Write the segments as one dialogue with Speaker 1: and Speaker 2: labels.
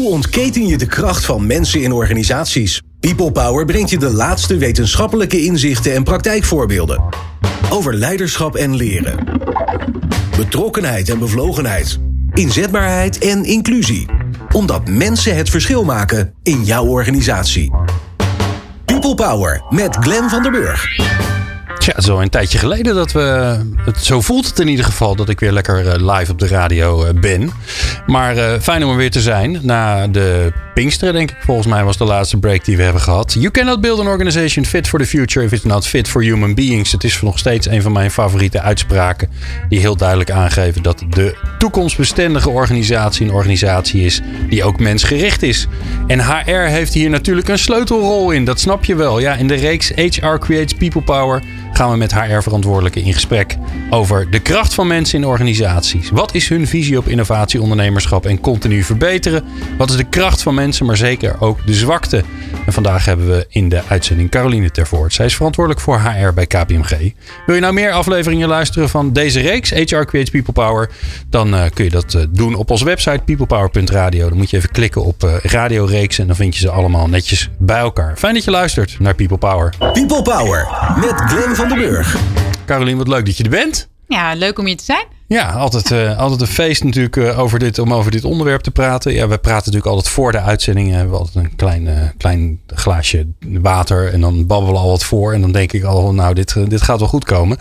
Speaker 1: Hoe ontketen je de kracht van mensen in organisaties? People Power brengt je de laatste wetenschappelijke inzichten en praktijkvoorbeelden. Over leiderschap en leren. Betrokkenheid en bevlogenheid. Inzetbaarheid en inclusie. Omdat mensen het verschil maken in jouw organisatie. People Power met Glenn van der Burg.
Speaker 2: Tja, het is al een tijdje geleden dat we... Zo voelt het in ieder geval dat ik weer lekker live op de radio ben. Maar fijn om er weer te zijn. Na de Pinksteren, denk ik. Volgens mij was de laatste break die we hebben gehad. You cannot build an organization fit for the future if it's not fit for human beings. Het is nog steeds een van mijn favoriete uitspraken. Die heel duidelijk aangeven dat de toekomstbestendige organisatie een organisatie is die ook mensgericht is. En HR heeft hier natuurlijk een sleutelrol in. Dat snap je wel. Ja, in de reeks HR Creates People Power gaan we met HR-verantwoordelijken in gesprek over de kracht van mensen in organisaties. Wat is hun visie op innovatie, ondernemerschap en continu verbeteren? Wat is de kracht van mensen, maar zeker ook de zwakte? En vandaag hebben we in de uitzending Caroline Tervoort. Zij is verantwoordelijk voor HR bij KPMG. Wil je nou meer afleveringen luisteren van deze reeks, HR Creates People Power? Dan kun je dat doen op onze website peoplepower.radio. Dan moet je even klikken op radioreeks en dan vind je ze allemaal netjes bij elkaar. Fijn dat je luistert naar People Power.
Speaker 1: People Power met Glenn van der Burg.
Speaker 2: Caroline, wat leuk dat je er bent.
Speaker 3: Ja, leuk om hier te zijn.
Speaker 2: Ja, altijd een feest natuurlijk om over dit onderwerp te praten. Ja, we praten natuurlijk altijd voor de uitzending. Hebben we altijd een klein glaasje water en dan babbelen we al wat voor. En dan denk ik al, nou, dit gaat wel goed komen.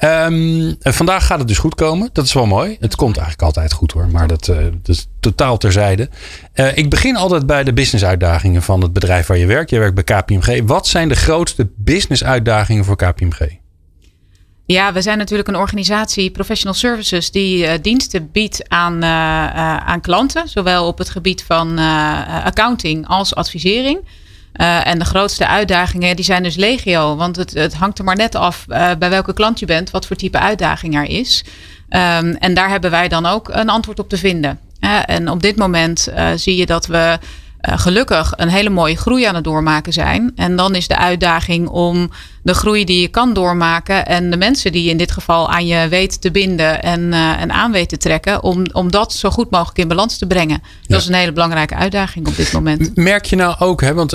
Speaker 2: Vandaag gaat het dus goed komen. Dat is wel mooi. Het komt eigenlijk altijd goed hoor, maar dat is totaal terzijde. Ik begin altijd bij de businessuitdagingen van het bedrijf waar je werkt. Je werkt bij KPMG. Wat zijn de grootste businessuitdagingen voor KPMG?
Speaker 3: Ja, we zijn natuurlijk een organisatie, professional services, die diensten biedt aan klanten. Zowel op het gebied van accounting als advisering. En de grootste uitdagingen die zijn dus legio. Want het hangt er maar net af bij welke klant je bent, wat voor type uitdaging er is. En daar hebben wij dan ook een antwoord op te vinden. En op dit moment zie je dat we gelukkig een hele mooie groei aan het doormaken zijn. En dan is de uitdaging om de groei die je kan doormaken en de mensen die je in dit geval aan je weet te binden en aan weet te trekken, om dat zo goed mogelijk in balans te brengen. Dat is een hele belangrijke uitdaging op dit moment.
Speaker 2: Merk je nou ook, want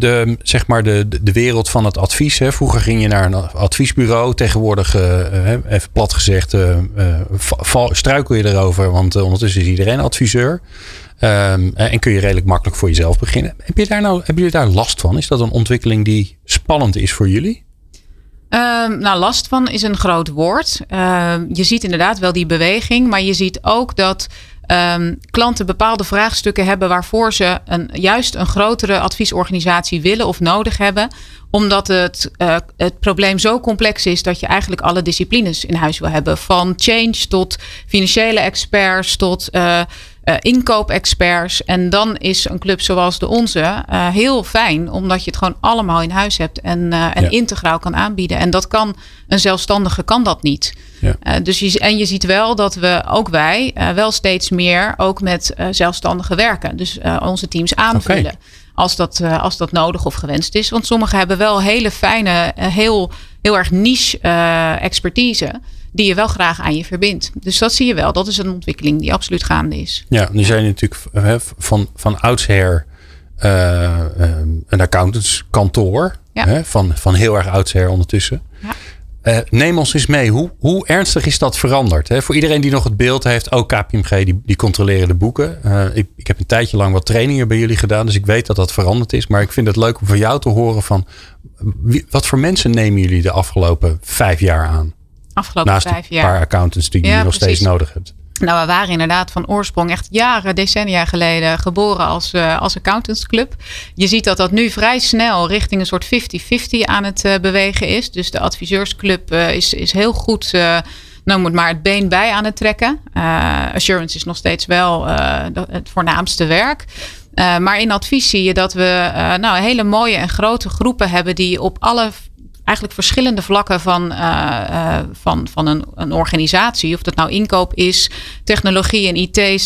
Speaker 2: de wereld van het advies, vroeger ging je naar een adviesbureau, tegenwoordig, even plat gezegd, struikel je erover, want ondertussen is iedereen adviseur. En kun je redelijk makkelijk voor jezelf beginnen. Hebben jullie daar last van? Is dat een ontwikkeling die spannend is voor jullie?
Speaker 3: Last van is een groot woord. Je ziet inderdaad wel die beweging. Maar je ziet ook dat klanten bepaalde vraagstukken hebben waarvoor ze juist een grotere adviesorganisatie willen of nodig hebben. Omdat het probleem zo complex is dat je eigenlijk alle disciplines in huis wil hebben. Van change tot financiële experts tot inkoopexperts. En dan is een club zoals de onze heel fijn. Omdat je het gewoon allemaal in huis hebt. En integraal kan aanbieden. En dat kan een zelfstandige kan dat niet. Ja. Je ziet wel dat wij wel steeds meer ook met zelfstandigen werken. Dus onze teams aanvullen. Okay. Als dat nodig of gewenst is. Want sommigen hebben wel hele fijne, heel erg niche expertise. Die je wel graag aan je verbindt. Dus dat zie je wel. Dat is een ontwikkeling die absoluut gaande is. Ja,
Speaker 2: nu zijn natuurlijk van oudsher een accountantskantoor. Ja. Van heel erg oudsher ondertussen. Ja. Neem ons eens mee. Hoe ernstig is dat veranderd? Voor iedereen die nog het beeld heeft. KPMG die controleren de boeken. Ik heb een tijdje lang wat trainingen bij jullie gedaan. Dus ik weet dat veranderd is. Maar ik vind het leuk om van jou te horen van. Wat voor mensen nemen jullie de afgelopen 5 jaar aan?
Speaker 3: Afgelopen 5 jaar.
Speaker 2: Een paar accountants die je nog steeds nodig hebt.
Speaker 3: Nou, we waren inderdaad van oorsprong echt decennia geleden geboren als accountantsclub. Je ziet dat nu vrij snel richting een soort 50-50 aan het bewegen is. Dus de adviseursclub is heel goed, moet maar het been bij aan het trekken. Assurance is nog steeds wel het voornaamste werk. Maar in advies zie je dat we hele mooie en grote groepen hebben die op alle eigenlijk verschillende vlakken van een organisatie. Of dat nou inkoop is, technologie en IT,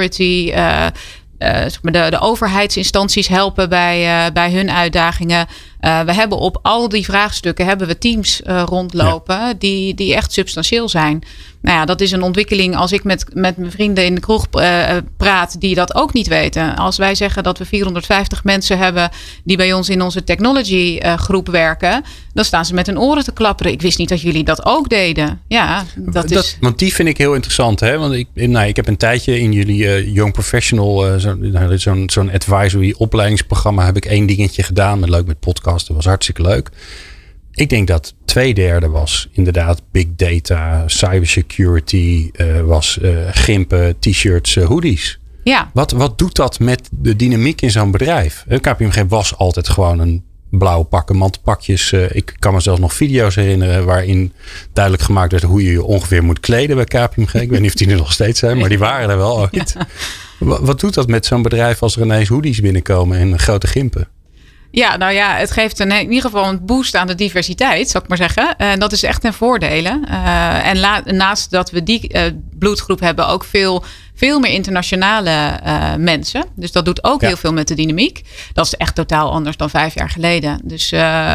Speaker 3: cybersecurity. De overheidsinstanties helpen bij hun uitdagingen. We hebben op al die vraagstukken hebben we teams rondlopen die echt substantieel zijn. Nou ja, dat is een ontwikkeling als ik met mijn vrienden in de kroeg praat die dat ook niet weten. Als wij zeggen dat we 450 mensen hebben die bij ons in onze technology groep werken, dan staan ze met hun oren te klapperen. Ik wist niet dat jullie dat ook deden. Ja,
Speaker 2: want die vind ik heel interessant. Hè? Want ik heb een tijdje in jullie Young Professional, zo'n advisory opleidingsprogramma, heb ik 1 dingetje gedaan. Leuk met podcasten, dat was hartstikke leuk. Ik denk dat 2/3 was inderdaad big data, cybersecurity, was gimpen, t-shirts, hoodies.
Speaker 3: Ja.
Speaker 2: Wat doet dat met de dynamiek in zo'n bedrijf? KPMG was altijd gewoon een blauwe pakken, mantelpakjes. Ik kan me zelfs nog video's herinneren waarin duidelijk gemaakt werd hoe je je ongeveer moet kleden bij KPMG. Ik weet niet of die er nog steeds zijn, maar die waren er wel ooit. Ja. Wat doet dat met zo'n bedrijf als er ineens hoodies binnenkomen en grote gimpen?
Speaker 3: Ja, nou ja, het geeft in ieder geval een boost aan de diversiteit, zou ik maar zeggen. En dat is echt een voordelen. En naast dat we die bloedgroep hebben, ook veel meer internationale mensen. Dus dat doet ook heel veel met de dynamiek. Dat is echt totaal anders dan 5 jaar geleden. Dus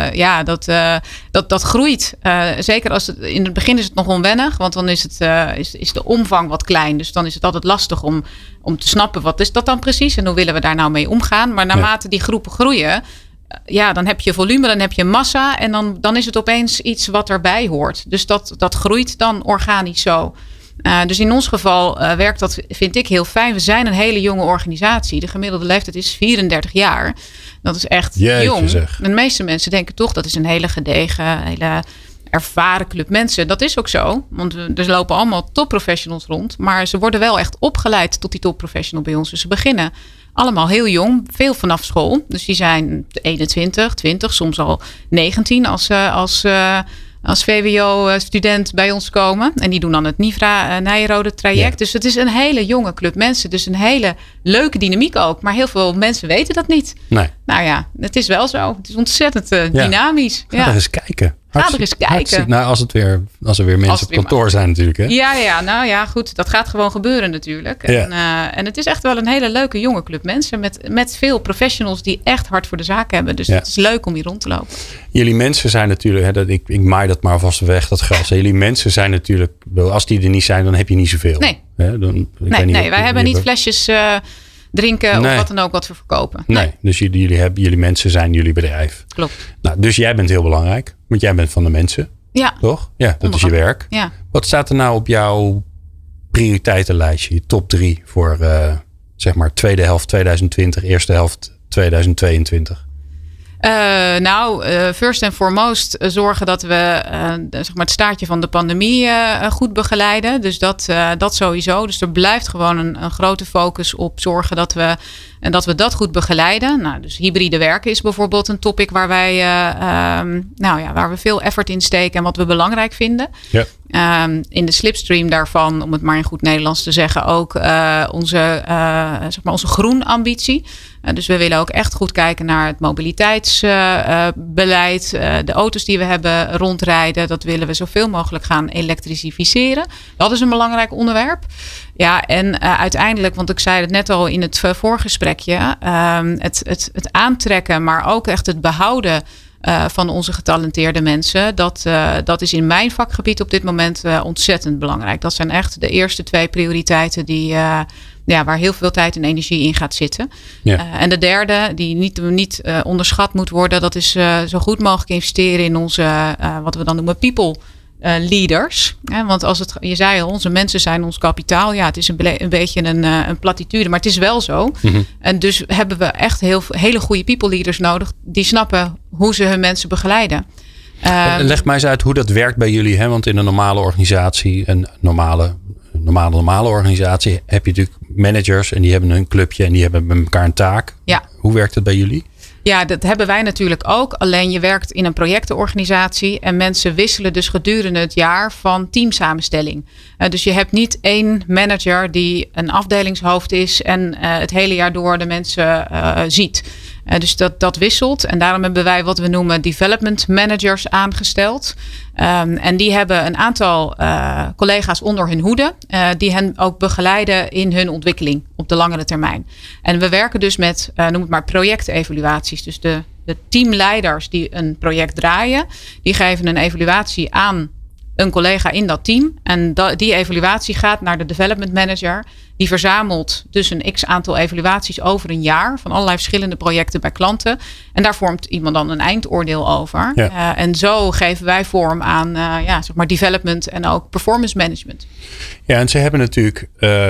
Speaker 3: dat groeit. Zeker als in het begin is het nog onwennig, want dan is de omvang wat klein. Dus dan is het altijd lastig om te snappen wat is dat dan precies en hoe willen we daar nou mee omgaan. Maar naarmate die groepen groeien, dan heb je volume, dan heb je massa en dan is het opeens iets wat erbij hoort. Dus dat groeit dan organisch zo. Dus in ons geval werkt dat, vind ik, heel fijn. We zijn een hele jonge organisatie. De gemiddelde leeftijd is 34 jaar. Dat is echt jong. Zeg. De meeste mensen denken toch dat is een hele gedegen, hele ervaren club mensen. Dat is ook zo. Want er lopen allemaal topprofessionals rond. Maar ze worden wel echt opgeleid tot die topprofessional bij ons. Dus ze beginnen allemaal heel jong. Veel vanaf school. Dus die zijn 21, 20, soms al 19 als VWO-student bij ons komen. En die doen dan het Nijrode traject. Ja. Dus het is een hele jonge club mensen. Dus een hele leuke dynamiek ook. Maar heel veel mensen weten dat niet. Nee. Nou ja, het is wel zo. Het is ontzettend dynamisch.
Speaker 2: Ga er eens kijken.
Speaker 3: Ga er eens kijken.
Speaker 2: Nou, als er weer mensen op kantoor zijn natuurlijk. Hè?
Speaker 3: Ja, nou ja, goed. Dat gaat gewoon gebeuren natuurlijk. Ja. En het is echt wel een hele leuke jonge club mensen. Met veel professionals die echt hard voor de zaak hebben. Dus het is leuk om hier rond te lopen.
Speaker 2: Jullie mensen zijn natuurlijk, ik maai dat maar alvast weg, dat gras. Jullie mensen zijn natuurlijk, als die er niet zijn, dan heb je niet zoveel.
Speaker 3: Nee, wij hebben niet flesjes drinken of wat dan ook wat we verkopen.
Speaker 2: Nee. Dus jullie mensen zijn jullie bedrijf.
Speaker 3: Klopt.
Speaker 2: Nou, dus jij bent heel belangrijk, want jij bent van de mensen.
Speaker 3: Ja.
Speaker 2: Toch? Ja, dat is je werk.
Speaker 3: Ja.
Speaker 2: Wat staat er nou op jouw prioriteitenlijstje, je top 3 voor zeg maar tweede helft 2020, eerste helft 2022?
Speaker 3: First and foremost zorgen dat we zeg maar het staartje van de pandemie goed begeleiden. Dus dat sowieso. Dus er blijft gewoon een grote focus op zorgen dat we dat goed begeleiden. Nou, dus hybride werken is bijvoorbeeld een topic waar wij waar we veel effort in steken en wat we belangrijk vinden. Ja. In de slipstream daarvan, om het maar in goed Nederlands te zeggen, ook onze groenambitie. Dus we willen ook echt goed kijken naar het mobiliteitsbeleid. De auto's die we hebben rondrijden, dat willen we zoveel mogelijk gaan elektrificeren. Dat is een belangrijk onderwerp. Ja, en uiteindelijk, want ik zei het net al in het voorgesprekje, het aantrekken, maar ook echt het behouden van onze getalenteerde mensen. Dat is in mijn vakgebied op dit moment ontzettend belangrijk. Dat zijn echt de eerste 2 prioriteiten waar heel veel tijd en energie in gaat zitten. Ja. En de derde, die niet onderschat moet worden, dat is zo goed mogelijk investeren in onze, wat we dan noemen, people leaders. Want je zei al, onze mensen zijn ons kapitaal. Ja, het is een beetje een platitude, maar het is wel zo. Mm-hmm. En dus hebben we echt hele goede people leaders nodig die snappen hoe ze hun mensen begeleiden.
Speaker 2: Leg mij eens uit hoe dat werkt bij jullie. Hè? Want in een normale organisatie, een normale organisatie, heb je natuurlijk managers en die hebben een clubje en die hebben met elkaar een taak. Ja. Hoe werkt het bij jullie?
Speaker 3: Ja, dat hebben wij natuurlijk ook. Alleen je werkt in een projectenorganisatie en mensen wisselen dus gedurende het jaar van teamsamenstelling. Dus je hebt niet 1 manager die een afdelingshoofd is en het hele jaar door de mensen ziet. Dus dat wisselt. En daarom hebben wij wat we noemen development managers aangesteld. En die hebben een aantal collega's onder hun hoede. Die hen ook begeleiden in hun ontwikkeling op de langere termijn. En we werken dus met, noem het maar, projectevaluaties. Dus de de teamleiders die een project draaien, die geven een evaluatie aan een collega in dat team. En die evaluatie gaat naar de development manager. Die verzamelt dus een x-aantal evaluaties over een jaar van allerlei verschillende projecten bij klanten. En daar vormt iemand dan een eindoordeel over. Ja. En zo geven wij vorm aan zeg maar development en ook performance management.
Speaker 2: Ja, en ze hebben natuurlijk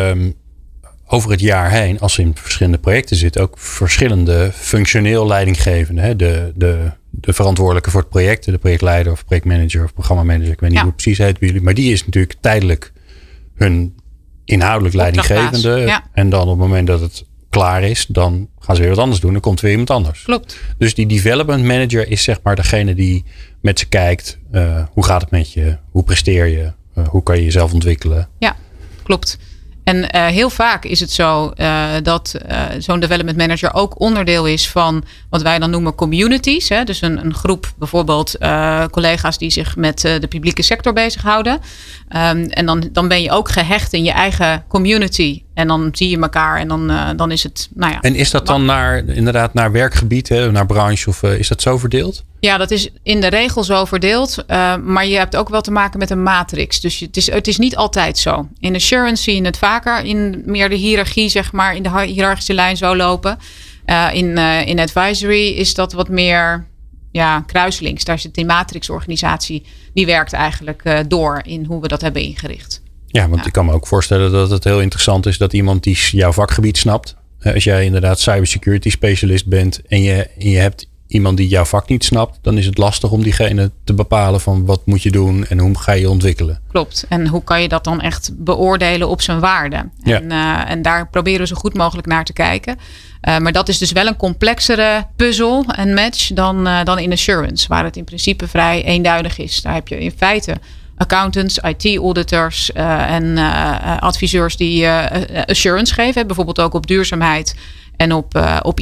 Speaker 2: over het jaar heen, als ze in verschillende projecten zitten, ook verschillende functioneel leidinggevenden. Hè? De verantwoordelijke voor het project, de projectleider of projectmanager of programmamanager. Ik weet niet hoe het precies heet bij jullie. Maar die is natuurlijk tijdelijk hun inhoudelijk leidinggevende. Ja. En dan op het moment dat het klaar is, dan gaan ze weer wat anders doen. Dan komt weer iemand anders.
Speaker 3: Klopt.
Speaker 2: Dus die development manager is zeg maar degene die met ze kijkt. Hoe gaat het met je? Hoe presteer je? Hoe kan je jezelf ontwikkelen?
Speaker 3: Ja, klopt. En heel vaak is het zo dat zo'n development manager ook onderdeel is van wat wij dan noemen communities. Hè? Dus een groep bijvoorbeeld collega's die zich met de publieke sector bezighouden. En dan ben je ook gehecht in je eigen community. En dan zie je elkaar en dan is het,
Speaker 2: En is dat dan naar werkgebied, hè, naar branche of is dat zo verdeeld?
Speaker 3: Ja, dat is in de regel zo verdeeld. Maar je hebt ook wel te maken met een matrix. Dus het is niet altijd zo. In assurance zie je het vaker in meer de hiërarchie, zeg maar, in de hiërarchische lijn zo lopen. In advisory is dat wat meer kruislinks. Daar zit die matrixorganisatie, die werkt eigenlijk door in hoe we dat hebben ingericht.
Speaker 2: Ja, want ik kan me ook voorstellen dat het heel interessant is dat iemand die jouw vakgebied snapt. Als jij inderdaad cybersecurity specialist bent en je hebt iemand die jouw vak niet snapt, dan is het lastig om diegene te bepalen van wat moet je doen en hoe ga je ontwikkelen.
Speaker 3: Klopt. En hoe kan je dat dan echt beoordelen op zijn waarde? Ja. En daar proberen we zo goed mogelijk naar te kijken. Maar dat is dus wel een complexere puzzel en match dan in assurance, waar het in principe vrij eenduidig is. Daar heb je in feite accountants, IT-auditors en adviseurs die assurance geven. Bijvoorbeeld ook op duurzaamheid en op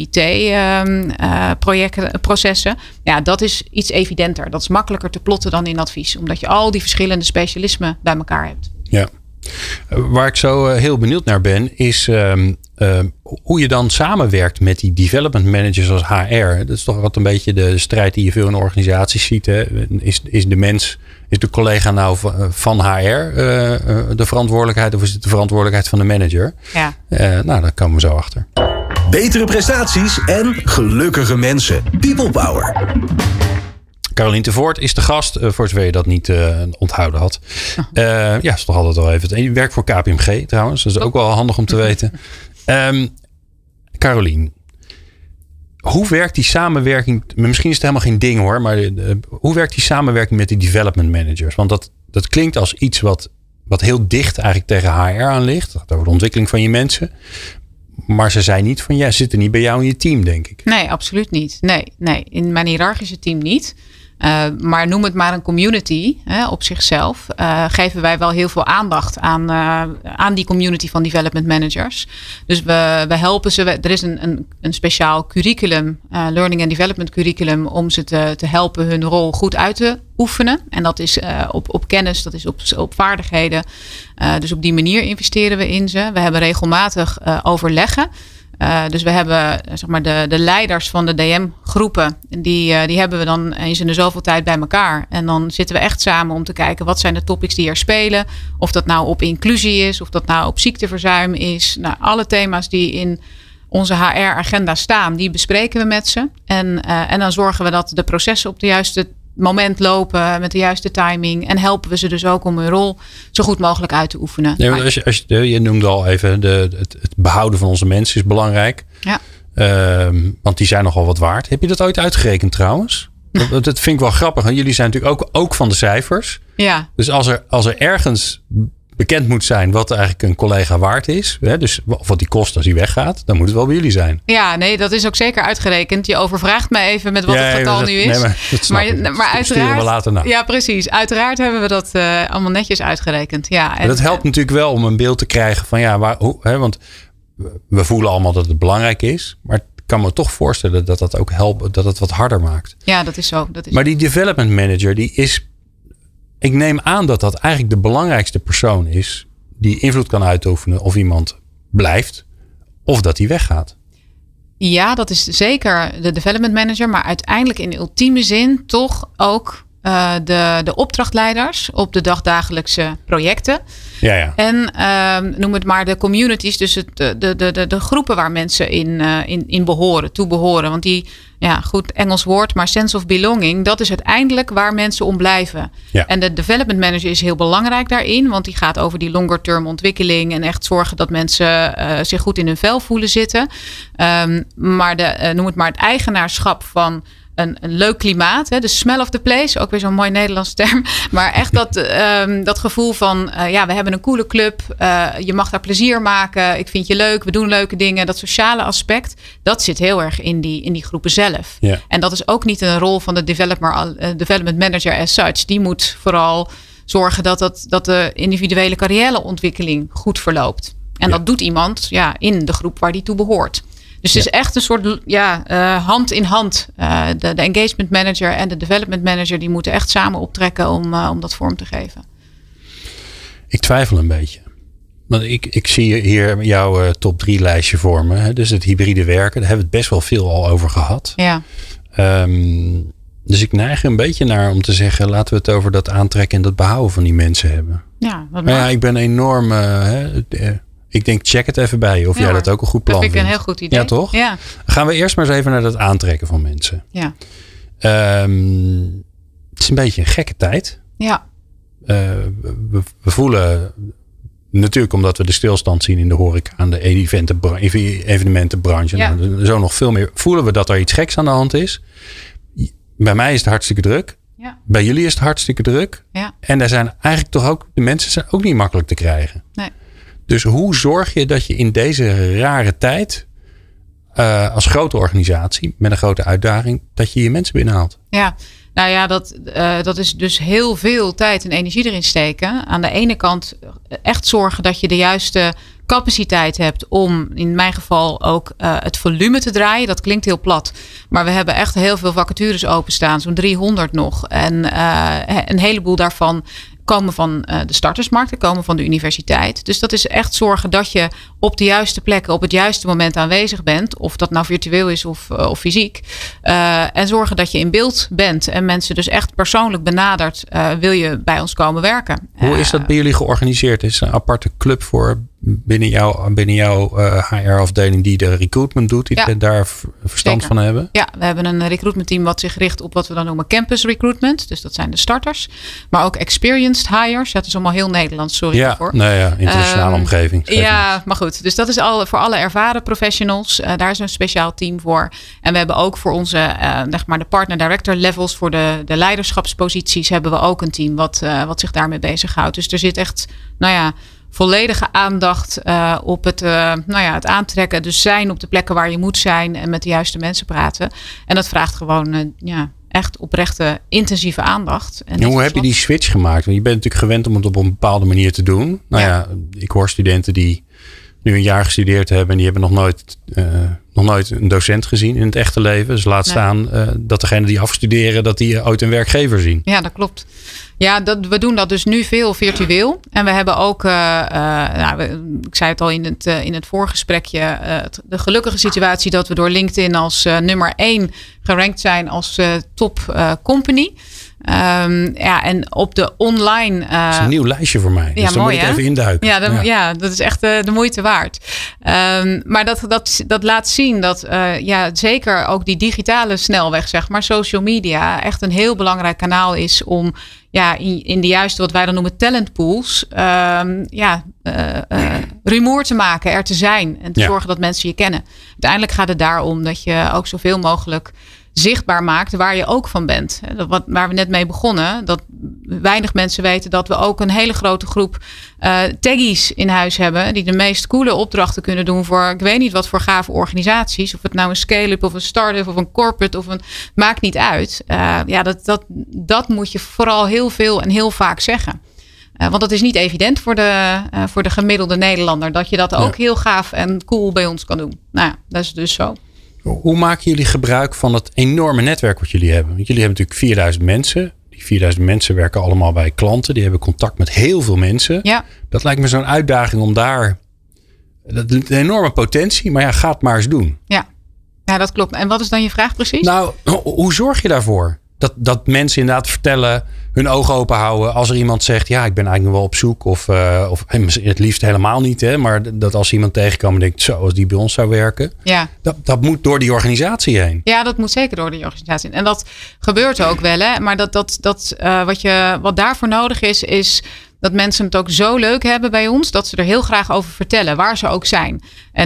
Speaker 3: IT-processen. Ja, dat is iets evidenter. Dat is makkelijker te plotten dan in advies. Omdat je al die verschillende specialismen bij elkaar hebt.
Speaker 2: Ja. Waar ik zo heel benieuwd naar ben, is hoe je dan samenwerkt met die development managers als HR. Dat is toch wat een beetje de strijd die je veel in organisaties ziet. Hè? Is de collega nou van HR de verantwoordelijkheid of is het de verantwoordelijkheid van de manager?
Speaker 3: Ja.
Speaker 2: Daar komen we zo achter.
Speaker 1: Betere prestaties en gelukkige mensen. People Power.
Speaker 2: Carolien Tervoort is de gast, voor zover je dat niet onthouden had. Is toch altijd wel even. En je werkt voor KPMG trouwens, dat is ook wel handig om te weten. Carolien, hoe werkt die samenwerking? Misschien is het helemaal geen ding hoor, maar hoe werkt die samenwerking met die development managers? Want dat klinkt als iets wat heel dicht eigenlijk tegen HR aan ligt. Dat gaat over de ontwikkeling van je mensen. Maar ze zijn niet van, zitten niet bij jou in je team, denk ik.
Speaker 3: Nee, absoluut niet. Nee, in mijn hiërarchische team niet. Maar noem het maar een community op zichzelf. Geven wij wel heel veel aandacht aan die community van development managers. Dus we helpen ze. Er is een speciaal curriculum, learning and development curriculum, om ze te helpen hun rol goed uit te oefenen. En dat is op kennis, dat is op vaardigheden. Dus op die manier investeren we in ze. We hebben regelmatig overleggen. Dus we hebben zeg maar de leiders van de DM-groepen. Die hebben we dan eens in de zoveel tijd bij elkaar. En dan zitten we echt samen om te kijken wat zijn de topics die er spelen. Of dat nou op inclusie is. Of dat nou op ziekteverzuim is. Nou, alle thema's die in onze HR-agenda staan, die bespreken we met ze. En dan zorgen we dat de processen op de juiste moment lopen met de juiste timing. En helpen we ze dus ook om hun rol zo goed mogelijk uit te oefenen.
Speaker 2: Nee, want je noemde al even het behouden van onze mensen is belangrijk.
Speaker 3: Ja.
Speaker 2: Want die zijn nogal wat waard. Heb je dat ooit uitgerekend trouwens? Dat vind ik wel grappig. Jullie zijn natuurlijk ook van de cijfers.
Speaker 3: Ja.
Speaker 2: Dus als er ergens bekend moet zijn wat eigenlijk een collega waard is. Hè, dus wat die kost als hij weggaat. Dan moet het wel bij jullie zijn.
Speaker 3: Ja, nee, dat is ook zeker uitgerekend. Je overvraagt me even met wat het getal nu is.
Speaker 2: Nee, maar uiteraard. We later na.
Speaker 3: Ja, precies. Uiteraard hebben we dat allemaal netjes uitgerekend. Ja,
Speaker 2: en dat helpt natuurlijk wel om een beeld te krijgen van want we voelen allemaal dat het belangrijk is. Maar ik kan me toch voorstellen dat dat ook helpt. Dat het wat harder maakt.
Speaker 3: Ja, dat is zo.
Speaker 2: Maar die development manager die is. Ik neem aan dat dat eigenlijk de belangrijkste persoon is die invloed kan uitoefenen of iemand blijft of dat hij weggaat.
Speaker 3: Ja, dat is zeker de development manager. Maar uiteindelijk in ultieme zin toch ook de opdrachtleiders op de dagdagelijkse projecten.
Speaker 2: Ja.
Speaker 3: En noem het maar de communities. Dus de groepen waar mensen in behoren, toe behoren. Want die, goed Engels woord, maar sense of belonging. Dat is uiteindelijk waar mensen om blijven.
Speaker 2: Ja.
Speaker 3: En de development manager is heel belangrijk daarin. Want die gaat over die longer term ontwikkeling. En echt zorgen dat mensen zich goed in hun vel voelen zitten. Maar noem het maar het eigenaarschap van een leuk klimaat. Hè? De smell of the place. Ook weer zo'n mooi Nederlands term. Maar echt dat gevoel van we hebben een coole club. Je mag daar plezier maken. Ik vind je leuk. We doen leuke dingen. Dat sociale aspect. Dat zit heel erg in die groepen zelf.
Speaker 2: Ja.
Speaker 3: En dat is ook niet een rol van de development manager as such. Die moet vooral zorgen dat de individuele carrièreontwikkeling goed verloopt. En dat doet iemand in de groep waar die toe behoort. Dus het is echt een soort hand in hand. De engagement manager en de development manager die moeten echt samen optrekken om dat vorm te geven.
Speaker 2: Ik twijfel een beetje. Want ik zie hier jouw top 3 lijstje voor me. Hè? Dus het hybride werken, daar hebben we het best wel veel al over gehad.
Speaker 3: Ja.
Speaker 2: Dus ik neig er een beetje naar om te zeggen, laten we het over dat aantrekken en dat behouden van die mensen hebben.
Speaker 3: Ja,
Speaker 2: ik ben enorm... ik denk, check het even bij je of jij dat ook een goed plan vindt.
Speaker 3: Dat vind ik een heel goed idee.
Speaker 2: Ja, toch?
Speaker 3: Ja.
Speaker 2: Gaan we eerst maar eens even naar dat aantrekken van mensen.
Speaker 3: Ja.
Speaker 2: Het is een beetje een gekke tijd.
Speaker 3: Ja.
Speaker 2: We voelen natuurlijk omdat we de stilstand zien in de horeca en de evenementenbranche.
Speaker 3: Ja.
Speaker 2: Nou, zo nog veel meer. Voelen we dat er iets geks aan de hand is. Bij mij is het hartstikke druk.
Speaker 3: Ja.
Speaker 2: Bij jullie is het hartstikke druk.
Speaker 3: Ja.
Speaker 2: En daar zijn eigenlijk toch ook, de mensen zijn ook niet makkelijk te krijgen.
Speaker 3: Nee.
Speaker 2: Dus hoe zorg je dat je in deze rare tijd, als grote organisatie met een grote uitdaging, dat je mensen binnenhaalt?
Speaker 3: Ja, nou ja, dat is dus heel veel tijd en energie erin steken. Aan de ene kant echt zorgen dat je de juiste capaciteit hebt om in mijn geval ook het volume te draaien. Dat klinkt heel plat. Maar we hebben echt heel veel vacatures openstaan. Zo'n 300 nog. En een heleboel daarvan komen van de startersmarkt, komen van de universiteit. Dus dat is echt zorgen dat je op de juiste plekken op het juiste moment aanwezig bent. Of dat nou virtueel is of fysiek. En zorgen dat je in beeld bent. En mensen dus echt persoonlijk benadert. Wil je bij ons komen werken?
Speaker 2: Hoe is dat bij jullie georganiseerd? Is er een aparte club voor binnen jouw HR-afdeling die de recruitment doet? Die daar verstand van hebben? Ja,
Speaker 3: we hebben een recruitment team wat zich richt op wat we dan noemen campus recruitment. Dus dat zijn de starters. Maar ook experienced hires. Dat is allemaal heel Nederlands, sorry daarvoor.
Speaker 2: Internationale omgeving.
Speaker 3: Ja, maar goed. Dus dat is voor alle ervaren professionals. Daar is een speciaal team voor. En we hebben ook voor onze de partner director levels, voor de leiderschapsposities, hebben we ook een team wat zich daarmee bezighoudt. Dus er zit echt, volledige aandacht op het aantrekken. Dus zijn op de plekken waar je moet zijn en met de juiste mensen praten. En dat vraagt gewoon echt oprechte, intensieve aandacht. En
Speaker 2: hoe heb je die switch gemaakt? Want je bent natuurlijk gewend om het op een bepaalde manier te doen. Ik hoor studenten die nu een jaar gestudeerd hebben en die hebben nog nooit een docent gezien in het echte leven. Dus laat staan dat degene die afstuderen, dat die ooit een werkgever zien.
Speaker 3: Ja, dat klopt. Ja, we doen dat dus nu veel virtueel. En we hebben ook, ik zei het al in het voorgesprekje, de gelukkige situatie dat we door LinkedIn als nummer 1 gerankt zijn als top company. En op de online...
Speaker 2: dat is een nieuw lijstje voor mij. Dus daar moet ik even induiken.
Speaker 3: Ja, dat is echt de moeite waard. Maar dat laat zien dat zeker ook die digitale snelweg, zeg maar, social media, echt een heel belangrijk kanaal is om in de juiste, wat wij dan noemen talentpools, rumoer te maken, er te zijn en te zorgen dat mensen je kennen. Uiteindelijk gaat het daarom dat je ook zoveel mogelijk zichtbaar maakt waar je ook van bent. Waar we net mee begonnen, dat weinig mensen weten dat we ook een hele grote groep taggies in huis hebben die de meest coole opdrachten kunnen doen voor ik weet niet wat voor gave organisaties. Of het nou een scale-up of een start-up of een corporate maakt niet uit. Dat moet je vooral heel veel en heel vaak zeggen. Want dat is niet evident voor de gemiddelde Nederlander dat je dat ook heel gaaf en cool bij ons kan doen. Dat is dus zo.
Speaker 2: Hoe maken jullie gebruik van het enorme netwerk wat jullie hebben? Want jullie hebben natuurlijk 4000 mensen. Die 4000 mensen werken allemaal bij klanten. Die hebben contact met heel veel mensen. Ja. Dat lijkt me zo'n uitdaging om daar... Dat is een enorme potentie, maar ga het maar eens doen.
Speaker 3: Ja. Ja, dat klopt. En wat is dan je vraag precies?
Speaker 2: Nou, hoe zorg je daarvoor? Dat mensen inderdaad vertellen, hun ogen open houden. Als er iemand zegt, ja, ik ben eigenlijk nog wel op zoek. Of het liefst helemaal niet. Hè, maar dat als iemand tegenkomt en denkt, zo, als die bij ons zou werken. Ja. Dat moet door die organisatie heen.
Speaker 3: Ja, dat moet zeker door die organisatie heen. En dat gebeurt ook wel. Hè. Maar wat daarvoor nodig is dat mensen het ook zo leuk hebben bij ons, dat ze er heel graag over vertellen, waar ze ook zijn.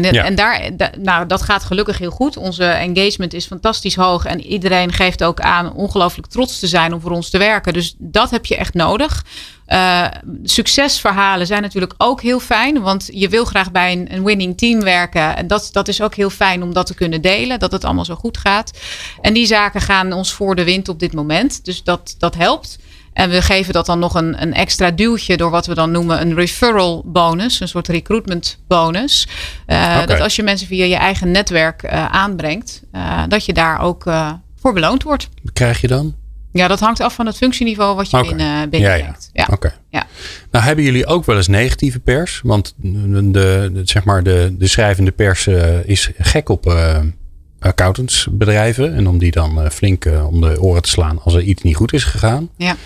Speaker 3: En dat gaat gelukkig heel goed. Onze engagement is fantastisch hoog en iedereen geeft ook aan ongelooflijk trots te zijn om voor ons te werken. Dus dat heb je echt nodig. Succesverhalen zijn natuurlijk ook heel fijn, want je wil graag bij een winning team werken. En dat is ook heel fijn om dat te kunnen delen, dat het allemaal zo goed gaat. En die zaken gaan ons voor de wind op dit moment. Dus dat helpt. En we geven dat dan nog een extra duwtje door wat we dan noemen een referral bonus. Een soort recruitment bonus. Dat als je mensen via je eigen netwerk aanbrengt, dat je daar ook voor beloond wordt.
Speaker 2: Wat krijg je dan?
Speaker 3: Ja, dat hangt af van het functieniveau wat je binnenbrengt.
Speaker 2: Ja. Oké. Ja. Nou, hebben jullie ook wel eens negatieve pers? Want de schrijvende pers is gek op accountantsbedrijven. En om die dan flink om de oren te slaan als er iets niet goed is gegaan. Ja.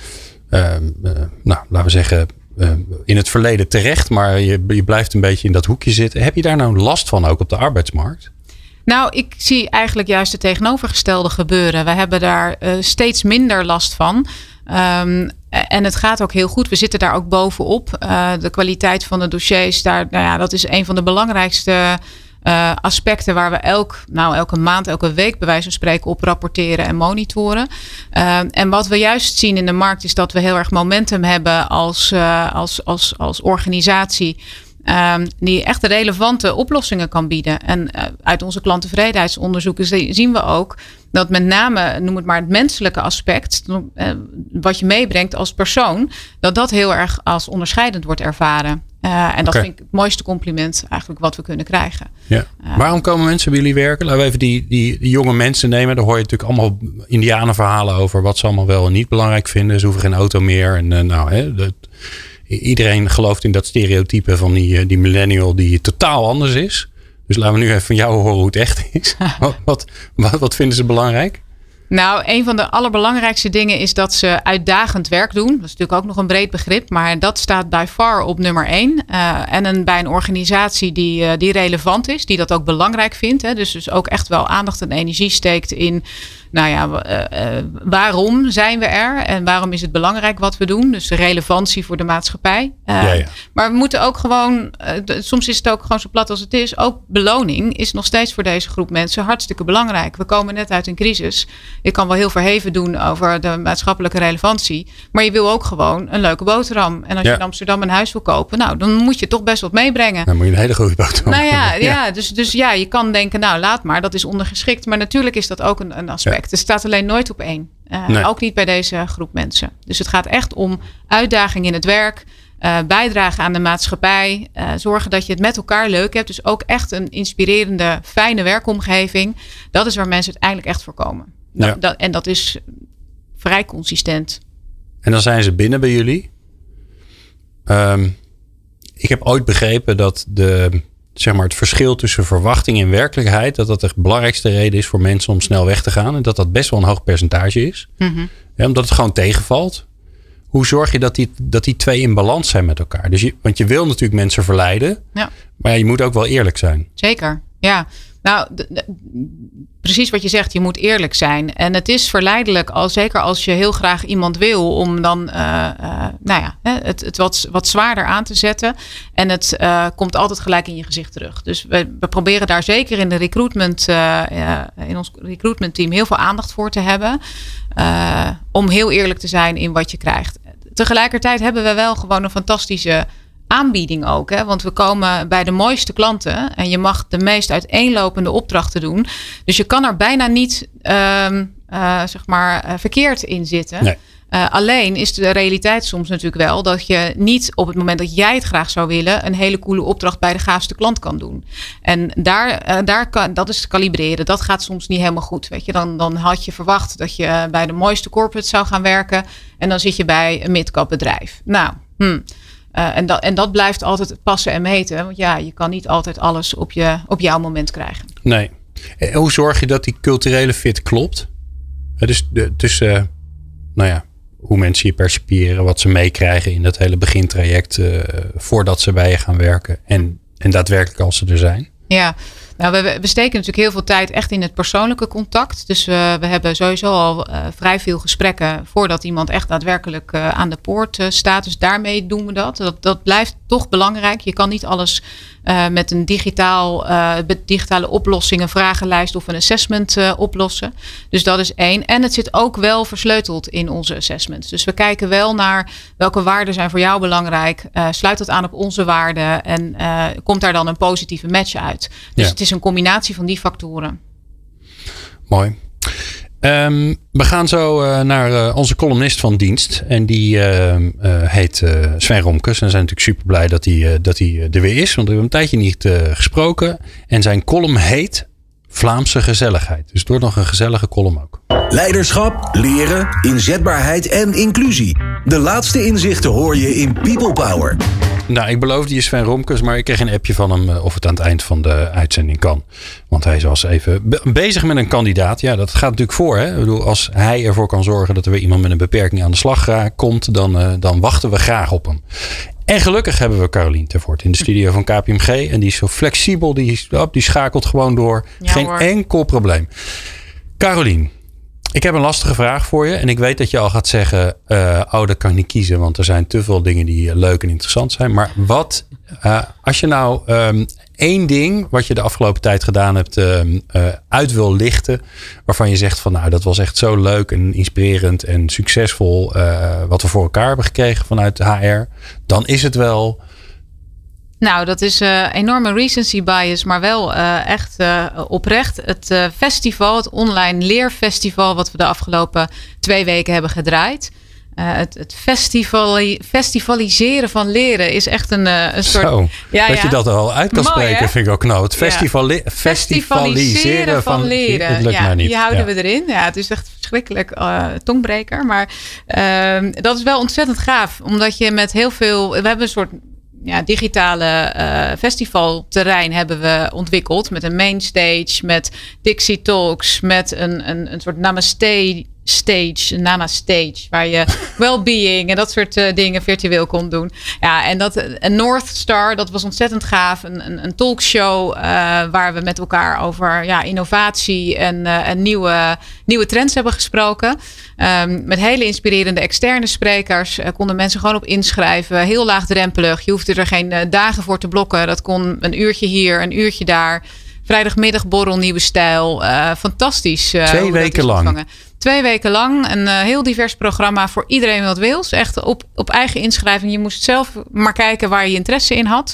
Speaker 2: Laten we zeggen, in het verleden terecht, maar je blijft een beetje in dat hoekje zitten. Heb je daar nou last van ook op de arbeidsmarkt?
Speaker 3: Nou, ik zie eigenlijk juist het tegenovergestelde gebeuren. We hebben daar steeds minder last van. En het gaat ook heel goed. We zitten daar ook bovenop. De kwaliteit van de dossiers, dat is een van de belangrijkste aspecten waar we elke maand, elke week bij wijze van spreken op rapporteren en monitoren. En wat we juist zien in de markt is dat we heel erg momentum hebben als organisatie. Die echt relevante oplossingen kan bieden. En uit onze klanttevredenheidsonderzoeken zien we ook dat met name, noem het maar het menselijke aspect, wat je meebrengt als persoon, dat heel erg als onderscheidend wordt ervaren. En dat vind ik het mooiste compliment eigenlijk wat we kunnen krijgen. Ja.
Speaker 2: Waarom komen mensen bij jullie werken? Laten we even die jonge mensen nemen. Daar hoor je natuurlijk allemaal indianenverhalen over wat ze allemaal wel en niet belangrijk vinden. Ze hoeven geen auto meer. En iedereen gelooft in dat stereotype van die millennial die totaal anders is. Dus laten we nu even van jou horen hoe het echt is. Wat vinden ze belangrijk?
Speaker 3: Nou, een van de allerbelangrijkste dingen is dat ze uitdagend werk doen. Dat is natuurlijk ook nog een breed begrip, maar dat staat by far op nummer 1. En bij een organisatie die relevant is, die dat ook belangrijk vindt. Hè, dus ook echt wel aandacht en energie steekt in, waarom zijn we er? En waarom is het belangrijk wat we doen? Dus de relevantie voor de maatschappij. Maar we moeten ook gewoon, soms is het ook gewoon zo plat als het is. Ook beloning is nog steeds voor deze groep mensen hartstikke belangrijk. We komen net uit een crisis. Je kan wel heel verheven doen over de maatschappelijke relevantie. Maar je wil ook gewoon een leuke boterham. En als je in Amsterdam een huis wil kopen, dan moet je toch best wat meebrengen.
Speaker 2: Dan moet je een hele goede boterham hebben.
Speaker 3: Dus je kan denken, laat maar, dat is ondergeschikt. Maar natuurlijk is dat ook een aspect. Het staat alleen nooit op 1. Nee. Ook niet bij deze groep mensen. Dus het gaat echt om uitdaging in het werk. Bijdragen aan de maatschappij. Zorgen dat je het met elkaar leuk hebt. Dus ook echt een inspirerende, fijne werkomgeving. Dat is waar mensen uiteindelijk echt voor komen. En dat is vrij consistent.
Speaker 2: En dan zijn ze binnen bij jullie. Ik heb ooit begrepen dat het verschil tussen verwachting en werkelijkheid, dat de belangrijkste reden is voor mensen om snel weg te gaan. En dat best wel een hoog percentage is. Mm-hmm. Omdat het gewoon tegenvalt. Hoe zorg je dat die twee in balans zijn met elkaar? Dus want je wil natuurlijk mensen verleiden. Ja. Maar je moet ook wel eerlijk zijn.
Speaker 3: Zeker, ja. Nou, precies wat je zegt, je moet eerlijk zijn. En het is verleidelijk, zeker als je heel graag iemand wil, om dan het wat zwaarder aan te zetten. En het komt altijd gelijk in je gezicht terug. Dus we proberen daar zeker in de recruitment, in ons recruitment team heel veel aandacht voor te hebben. Om heel eerlijk te zijn in wat je krijgt. Tegelijkertijd hebben we wel gewoon een fantastische aanbieding ook. Hè? Want we komen bij de mooiste klanten. En je mag de meest uiteenlopende opdrachten doen. Dus je kan er bijna niet verkeerd in zitten. Nee. Alleen is de realiteit soms natuurlijk wel dat je niet op het moment dat jij het graag zou willen een hele coole opdracht bij de gaafste klant kan doen. En dat is kalibreren. Dat gaat soms niet helemaal goed. Weet je? Dan had je verwacht dat je bij de mooiste corporate zou gaan werken. En dan zit je bij een mid-cap bedrijf. Nou, en dat blijft altijd passen en meten. Want je kan niet altijd alles op jouw moment krijgen.
Speaker 2: Nee. En hoe zorg je dat die culturele fit klopt? Dus tussen hoe mensen je percipiëren, wat ze meekrijgen in dat hele begintraject voordat ze bij je gaan werken en daadwerkelijk als ze er zijn.
Speaker 3: Ja, nou, we steken natuurlijk heel veel tijd echt in het persoonlijke contact. Dus we hebben sowieso al vrij veel gesprekken voordat iemand echt daadwerkelijk aan de poort staat. Dus daarmee doen we dat. Dat blijft toch belangrijk. Je kan niet alles met een digitale oplossing, een vragenlijst of een assessment oplossen. Dus dat is 1. En het zit ook wel versleuteld in onze assessments. Dus we kijken wel naar welke waarden zijn voor jou belangrijk. Sluit dat aan op onze waarden en komt daar dan een positieve match uit. Dus het is een combinatie van die factoren.
Speaker 2: Mooi. We gaan zo naar onze columnist van dienst. En die heet Sven Romkes. En we zijn natuurlijk super blij dat hij er weer is. Want we hebben een tijdje niet gesproken. En zijn column heet Vlaamse gezelligheid. Dus het wordt nog een gezellige column ook.
Speaker 1: Leiderschap, leren, inzetbaarheid en inclusie. De laatste inzichten hoor je in People Power.
Speaker 2: Nou, ik beloofde je Sven Romkes, maar ik kreeg een appje van hem of het aan het eind van de uitzending kan. Want hij was even bezig met een kandidaat. Ja, dat gaat natuurlijk voor. Hè? Ik bedoel, als hij ervoor kan zorgen dat er weer iemand met een beperking aan de slag komt, dan wachten we graag op hem. En gelukkig hebben we Carolien Tervoort in de studio van KPMG. En die is zo flexibel, die schakelt gewoon door. Ja, geen enkel probleem. Carolien, ik heb een lastige vraag voor je. En ik weet dat je al gaat zeggen, dat kan ik niet kiezen. Want er zijn te veel dingen die leuk en interessant zijn. Maar als je nou 1 ding wat je de afgelopen tijd gedaan hebt uit wil lichten. Waarvan je zegt van dat was echt zo leuk en inspirerend en succesvol. Wat we voor elkaar hebben gekregen vanuit de HR. Dan is het wel...
Speaker 3: Nou, dat is enorme recency bias, maar wel echt oprecht. Het festival, het online leerfestival wat we de afgelopen 2 weken hebben gedraaid. Het festivaliseren van leren is echt een soort...
Speaker 2: Zo, dat je dat er al uit kan
Speaker 3: mooi,
Speaker 2: spreken,
Speaker 3: hè?
Speaker 2: vind ik ook nou. Het festivaliseren van leren. Het lukt mij niet.
Speaker 3: Die houden we erin. Ja, het is echt verschrikkelijk tongbreker. Maar dat is wel ontzettend gaaf. Omdat je met heel veel... We hebben een soort... digitale festivalterrein hebben we ontwikkeld. Met een mainstage, met Dixie Talks, met een soort Namaste stage, waar je well-being en dat soort dingen virtueel kon doen. Ja, en een North Star, dat was ontzettend gaaf. Een talkshow waar we met elkaar over innovatie en nieuwe trends hebben gesproken. Met hele inspirerende externe sprekers konden mensen gewoon op inschrijven. Heel laagdrempelig. Je hoefde er geen dagen voor te blokken. Dat kon een uurtje hier, een uurtje daar. Vrijdagmiddagborrel, nieuwe stijl. Fantastisch.
Speaker 2: 2 weken lang.
Speaker 3: 2 weken lang. Een heel divers programma voor iedereen wat wil. Echt op eigen inschrijving. Je moest zelf maar kijken waar je interesse in had.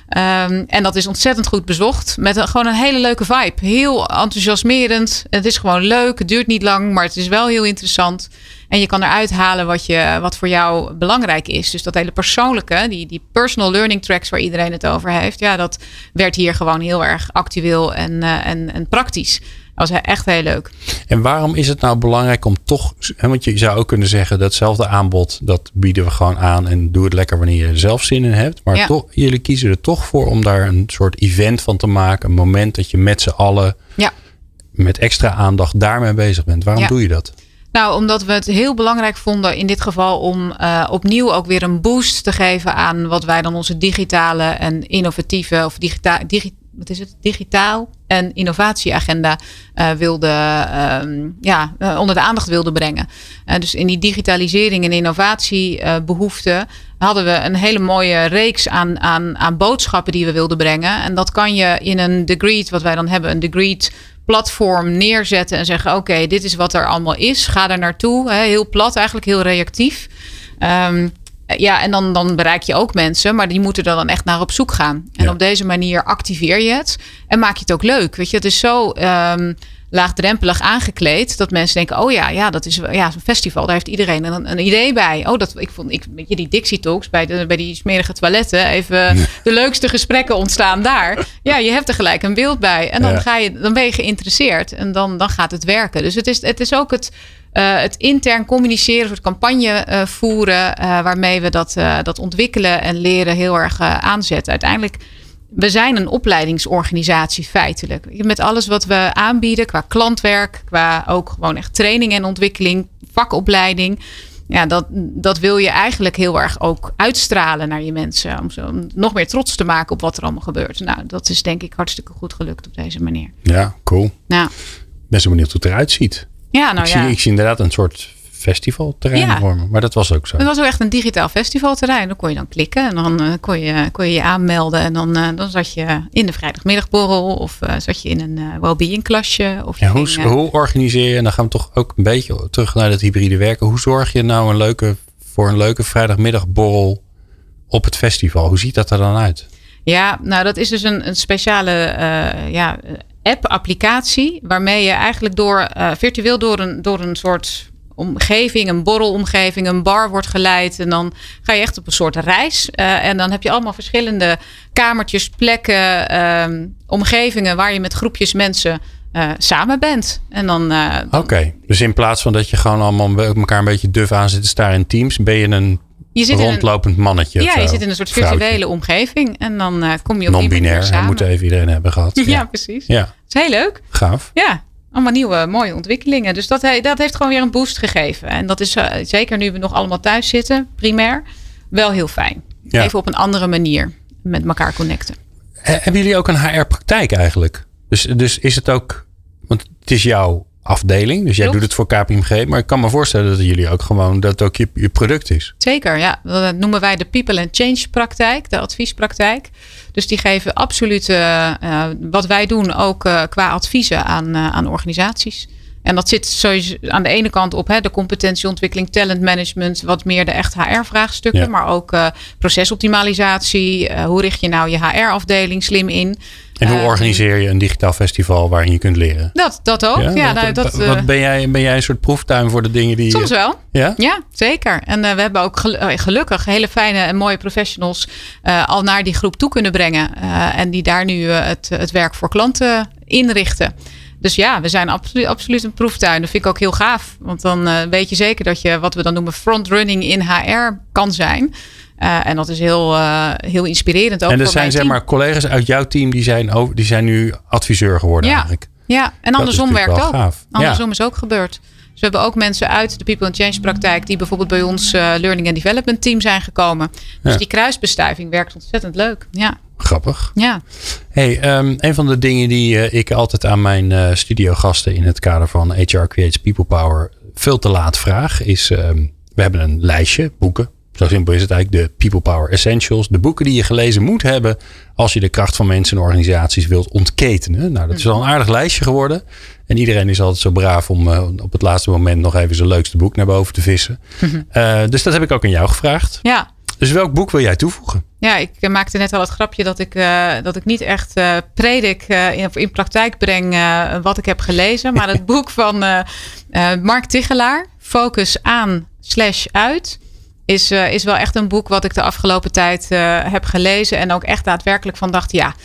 Speaker 3: En dat is ontzettend goed bezocht. Met gewoon een hele leuke vibe. Heel enthousiasmerend. Het is gewoon leuk. Het duurt niet lang, maar het is wel heel interessant. En je kan eruit halen wat voor jou belangrijk is. Dus dat hele persoonlijke, die personal learning tracks waar iedereen het over heeft. Ja, dat werd hier gewoon heel erg actueel en praktisch. Dat was echt heel leuk.
Speaker 2: En waarom is het nou belangrijk om toch... Want je zou ook kunnen zeggen, datzelfde aanbod... dat bieden we gewoon aan en doe het lekker wanneer je er zelf zin in hebt. Maar toch, jullie kiezen er toch voor om daar een soort event van te maken. Een moment dat je met z'n allen met extra aandacht daarmee bezig bent. Waarom doe je dat?
Speaker 3: Nou, omdat we het heel belangrijk vonden in dit geval om opnieuw ook weer een boost te geven aan wat wij dan onze digitale en innovatieve of digitaal en innovatieagenda onder de aandacht wilden brengen. Dus in die digitalisering en innovatiebehoeften hadden we een hele mooie reeks aan boodschappen die we wilden brengen. En dat kan je in een Degreed, wat wij dan hebben, een Degreed platform neerzetten en zeggen oké, dit is wat er allemaal is. Ga er naartoe. Heel plat, eigenlijk heel reactief. En dan bereik je ook mensen, maar die moeten er dan echt naar op zoek gaan. En op deze manier activeer je het en maak je het ook leuk. Weet je, het is zo laagdrempelig aangekleed dat mensen denken, dat is een festival. Daar heeft iedereen een idee bij. Weet je, die Dixie Talks bij die smerige toiletten, even de leukste gesprekken ontstaan daar. Ja, je hebt er gelijk een beeld bij. En dan ben je geïnteresseerd en dan gaat het werken. Dus het is ook het intern communiceren, een soort campagne voeren, waarmee we dat ontwikkelen en leren heel erg aanzetten. Uiteindelijk we zijn een opleidingsorganisatie feitelijk. Met alles wat we aanbieden qua klantwerk, qua ook gewoon echt training en ontwikkeling, vakopleiding. Ja, dat wil je eigenlijk heel erg ook uitstralen naar je mensen. Om nog meer trots te maken op wat er allemaal gebeurt. Nou, dat is denk ik hartstikke goed gelukt op deze manier.
Speaker 2: Ja, cool.
Speaker 3: Ja.
Speaker 2: Ik ben zo benieuwd hoe het eruit ziet.
Speaker 3: Ja, nou
Speaker 2: Ik zie inderdaad een soort festivalterrein vormen. Maar dat was ook zo.
Speaker 3: Het was ook echt een digitaal festivalterrein. Dan kon je dan klikken en dan kon je aanmelden. En dan zat je in de vrijdagmiddagborrel of zat je in een wellbeing klasje. Of
Speaker 2: hoe organiseer je, en dan gaan we toch ook een beetje terug naar het hybride werken. Hoe zorg je nou voor een leuke vrijdagmiddagborrel op het festival? Hoe ziet dat er dan uit?
Speaker 3: Ja, nou dat is dus een speciale app-applicatie. Waarmee je eigenlijk virtueel door een soort omgeving, een borrelomgeving, een bar wordt geleid. En dan ga je echt op een soort reis. En dan heb je allemaal verschillende kamertjes, plekken, omgevingen waar je met groepjes mensen samen bent. En dan.
Speaker 2: Oké, dus in plaats van dat je gewoon allemaal elkaar een beetje duf aan zit te staren in teams, ben je een rondlopend mannetje.
Speaker 3: Ja, je zit in een soort virtuele omgeving. En dan kom je op
Speaker 2: non-binair, dat moet even iedereen hebben gehad.
Speaker 3: Ja, precies.
Speaker 2: Ja.
Speaker 3: Dat is heel leuk.
Speaker 2: Gaaf.
Speaker 3: Ja. Allemaal nieuwe mooie ontwikkelingen. Dus dat heeft gewoon weer een boost gegeven. En dat is zeker nu we nog allemaal thuis zitten, primair, wel heel fijn. Ja. Even op een andere manier met elkaar connecten.
Speaker 2: Hebben jullie ook een HR-praktijk eigenlijk? Dus is het ook, want het is jouw afdeling, dus jij doet het voor KPMG. Maar ik kan me voorstellen dat jullie ook gewoon, dat ook je product is.
Speaker 3: Zeker, ja. Dat noemen wij de People and Change praktijk, de adviespraktijk. Dus die geven absoluut wat wij doen ook qua adviezen aan organisaties. En dat zit sowieso aan de ene kant op de competentieontwikkeling, talentmanagement, wat meer de echt HR-vraagstukken. Ja. Maar ook procesoptimalisatie. Hoe richt je nou je HR-afdeling slim in?
Speaker 2: En hoe organiseer je een digitaal festival waarin je kunt leren?
Speaker 3: Dat ook.
Speaker 2: Ben jij een soort proeftuin voor de dingen die...
Speaker 3: Soms wel.
Speaker 2: Ja?
Speaker 3: Ja, zeker. En we hebben ook gelukkig hele fijne en mooie professionals al naar die groep toe kunnen brengen. En die daar nu het werk voor klanten inrichten. Dus ja, we zijn absoluut een proeftuin. Dat vind ik ook heel gaaf. Want dan weet je zeker dat je wat we dan noemen frontrunning in HR kan zijn. En dat is heel inspirerend ook
Speaker 2: en er
Speaker 3: voor
Speaker 2: zijn zeg maar collega's uit jouw team die zijn nu adviseur geworden eigenlijk.
Speaker 3: Ja, en andersom werkt ook.
Speaker 2: Gaaf.
Speaker 3: Andersom is ook gebeurd. Dus we hebben ook mensen uit de People and Change praktijk die bijvoorbeeld bij ons Learning and Development team zijn gekomen. Dus die kruisbestuiving werkt ontzettend leuk. Ja.
Speaker 2: Grappig.
Speaker 3: Ja.
Speaker 2: Hey, een van de dingen die ik altijd aan mijn studiogasten in het kader van HR Creates People Power veel te laat vraag is, we hebben een lijstje boeken. Zo simpel is het eigenlijk, de People Power Essentials. De boeken die je gelezen moet hebben als je de kracht van mensen en organisaties wilt ontketenen. Nou, dat is al een aardig lijstje geworden. En iedereen is altijd zo braaf om op het laatste moment nog even zijn leukste boek naar boven te vissen. Dus dat heb ik ook aan jou gevraagd.
Speaker 3: Ja.
Speaker 2: Dus welk boek wil jij toevoegen?
Speaker 3: Ja, ik maakte net al het grapje dat ik niet echt predik in praktijk breng wat ik heb gelezen. Maar het boek van Mark Tichelaar, Focus aan/uit... Is wel echt een boek wat ik de afgelopen tijd heb gelezen. En ook echt daadwerkelijk van dacht, ja,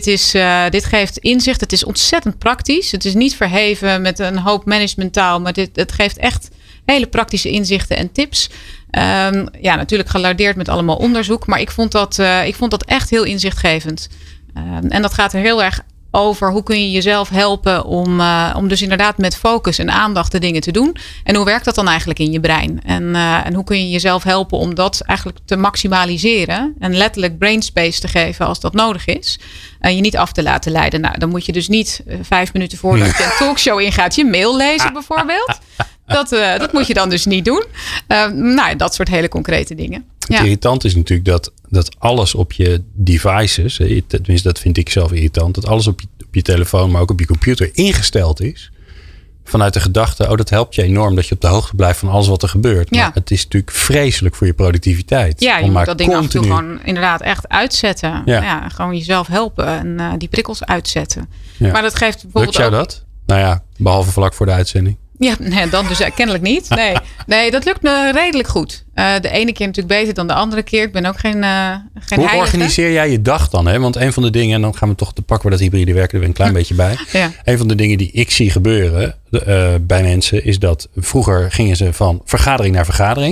Speaker 3: dit geeft inzicht. Het is ontzettend praktisch. Het is niet verheven met een hoop managementtaal. Maar het geeft echt hele praktische inzichten en tips. Ja, natuurlijk gelardeerd met allemaal onderzoek. Maar ik vond dat echt heel inzichtgevend. En dat gaat er heel erg over hoe kun je jezelf helpen om dus inderdaad met focus en aandacht de dingen te doen. En hoe werkt dat dan eigenlijk in je brein? En hoe kun je jezelf helpen om dat eigenlijk te maximaliseren en letterlijk brainspace te geven als dat nodig is. En je niet af te laten leiden. Nou, dan moet je dus niet 5 minuten voordat je een talkshow ingaat je mail lezen bijvoorbeeld. Dat moet je dan dus niet doen. Nou, dat soort hele concrete dingen.
Speaker 2: Het irritant is natuurlijk dat alles op je devices, tenminste dat vind ik zelf irritant, dat alles op je telefoon, maar ook op je computer ingesteld is. Vanuit de gedachte, dat helpt je enorm dat je op de hoogte blijft van alles wat er gebeurt. Maar het is natuurlijk vreselijk voor je productiviteit.
Speaker 3: Ja, je moet dat ding af en toe gewoon inderdaad echt uitzetten. Ja, gewoon jezelf helpen en die prikkels uitzetten. Ja. Maar dat geeft bijvoorbeeld
Speaker 2: lukt jou dat? Nou ja, behalve vlak voor de uitzending.
Speaker 3: Ja, nee, dan dus kennelijk niet. Nee, dat lukt me redelijk goed. De ene keer natuurlijk beter dan de andere keer. Ik ben ook geen
Speaker 2: Hoe organiseer jij je dag dan? Hè? Want een van de dingen, en dan gaan we toch pakken we dat hybride werken er weer een klein beetje bij. Ja. Een van de dingen die ik zie gebeuren bij mensen is dat vroeger gingen ze van vergadering naar vergadering.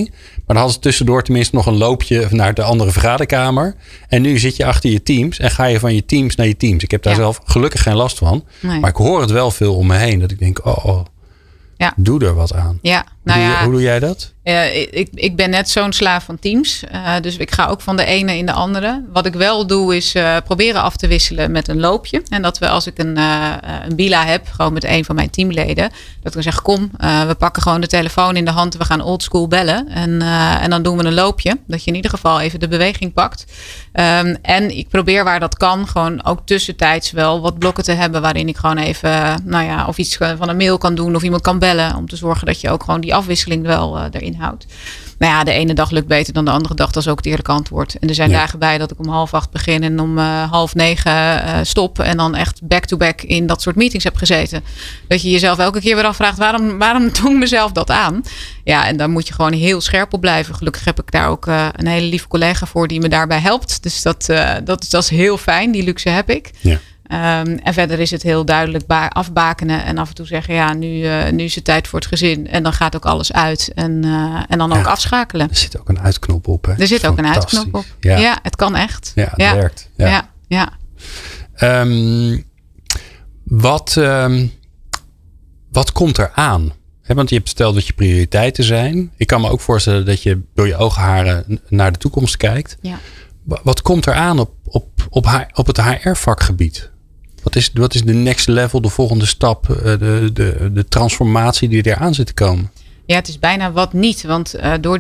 Speaker 2: dan hadden ze tussendoor tenminste nog een loopje naar de andere vergaderkamer. En nu zit je achter je Teams en ga je van je Teams naar je Teams. Ik heb daar zelf gelukkig geen last van. Nee. Maar ik hoor het wel veel om me heen. Dat ik denk, doe er wat aan.
Speaker 3: Ja,
Speaker 2: hoe doe jij dat?
Speaker 3: Ik ben net zo'n slaaf van Teams. Dus ik ga ook van de ene in de andere. Wat ik wel doe is proberen af te wisselen met een loopje. En dat we als ik een bila heb, gewoon met een van mijn teamleden. Dat ik dan zeg, kom, we pakken gewoon de telefoon in de hand. We gaan oldschool bellen. En dan doen we een loopje. Dat je in ieder geval even de beweging pakt. En ik probeer waar dat kan, gewoon ook tussentijds wel wat blokken te hebben. Waarin ik gewoon even, of iets van een mail kan doen. Of iemand kan bellen. Om te zorgen dat je ook gewoon die afwisseling wel erin houdt. De ene dag lukt beter dan de andere dag. Dat is ook het eerlijke antwoord. En er zijn dagen bij dat ik om 7:30 begin en om 8:30 stop. En dan echt back-to-back in dat soort meetings heb gezeten. Dat je jezelf elke keer weer afvraagt, waarom doe ik mezelf dat aan? Ja, en daar moet je gewoon heel scherp op blijven. Gelukkig heb ik daar ook een hele lieve collega voor die me daarbij helpt. Dus dat is heel fijn. Die luxe heb ik. Ja. En verder is het heel duidelijk afbakenen en af en toe zeggen, nu is het tijd voor het gezin. En dan gaat ook alles uit en dan ook afschakelen.
Speaker 2: Er zit ook een uitknop op. Hè?
Speaker 3: Er zit ook een uitknop op. Ja, het kan echt.
Speaker 2: Ja, het werkt. Ja. Wat komt er aan? Want je hebt gesteld dat je prioriteiten zijn. Ik kan me ook voorstellen dat je door je oogharen naar de toekomst kijkt. Ja. Wat komt er aan op het HR-vakgebied? Wat is de next level, de volgende stap, de transformatie die er aan zit te komen?
Speaker 3: Ja, het is bijna wat niet. Want door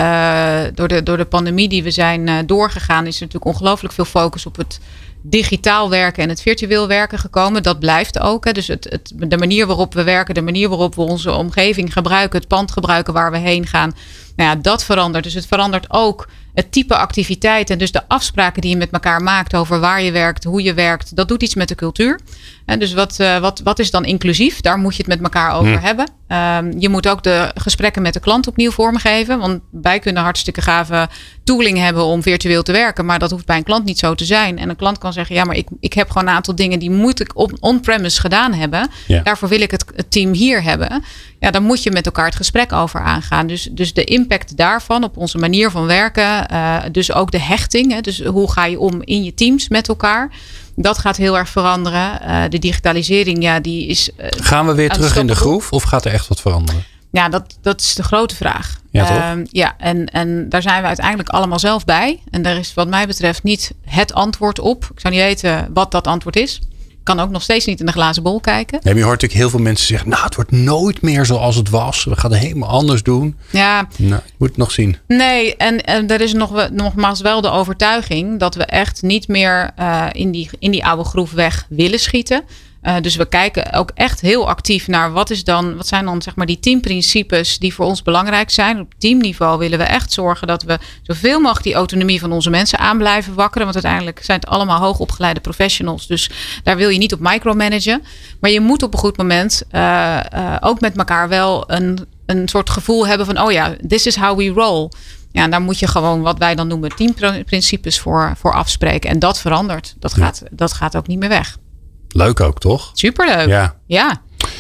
Speaker 3: de pandemie die we zijn doorgegaan, is er natuurlijk ongelooflijk veel focus op het digitaal werken en het virtueel werken gekomen. Dat blijft ook. Hè. Dus de manier waarop we werken, de manier waarop we onze omgeving gebruiken, het pand gebruiken waar we heen gaan. Dat verandert. Dus het verandert ook het type activiteit en dus de afspraken die je met elkaar maakt over waar je werkt, hoe je werkt. Dat doet iets met de cultuur. En dus wat is dan inclusief? Daar moet je het met elkaar over hebben. Je moet ook de gesprekken met de klant opnieuw vormgeven. Want wij kunnen hartstikke gave tooling hebben om virtueel te werken. Maar dat hoeft bij een klant niet zo te zijn. En een klant kan zeggen, ja, maar ik heb gewoon een aantal dingen die moet ik on-premise gedaan hebben. Ja. Daarvoor wil ik het team hier hebben. Ja, dan moet je met elkaar het gesprek over aangaan. Dus de impact daarvan op onze manier van werken. Dus ook de hechting. Hè, dus hoe ga je om in je teams met elkaar? Dat gaat heel erg veranderen. De digitalisering, die is...
Speaker 2: Gaan we weer terug in de groef of gaat er echt wat veranderen?
Speaker 3: Ja, dat is de grote vraag.
Speaker 2: Ja, toch?
Speaker 3: En daar zijn we uiteindelijk allemaal zelf bij. En daar is wat mij betreft niet het antwoord op. Ik zou niet weten wat dat antwoord is. Ik kan ook nog steeds niet in de glazen bol kijken.
Speaker 2: Ja, je hoort natuurlijk heel veel mensen zeggen, het wordt nooit meer zoals het was. We gaan het helemaal anders doen.
Speaker 3: Ja.
Speaker 2: Ik moet het nog zien.
Speaker 3: Nee, en er is nogmaals wel de overtuiging dat we echt niet meer in die oude groef weg willen schieten. Dus we kijken ook echt heel actief naar wat zijn dan zeg maar die teamprincipes die voor ons belangrijk zijn. Op teamniveau willen we echt zorgen dat we zoveel mogelijk die autonomie van onze mensen aan blijven wakkeren. Want uiteindelijk zijn het allemaal hoogopgeleide professionals. Dus daar wil je niet op micromanagen. Maar je moet op een goed moment ook met elkaar wel een soort gevoel hebben van this is how we roll. Ja, en daar moet je gewoon wat wij dan noemen teamprincipes voor afspreken. En dat verandert. Dat gaat ook niet meer weg.
Speaker 2: Leuk ook, toch?
Speaker 3: Superleuk. Ja.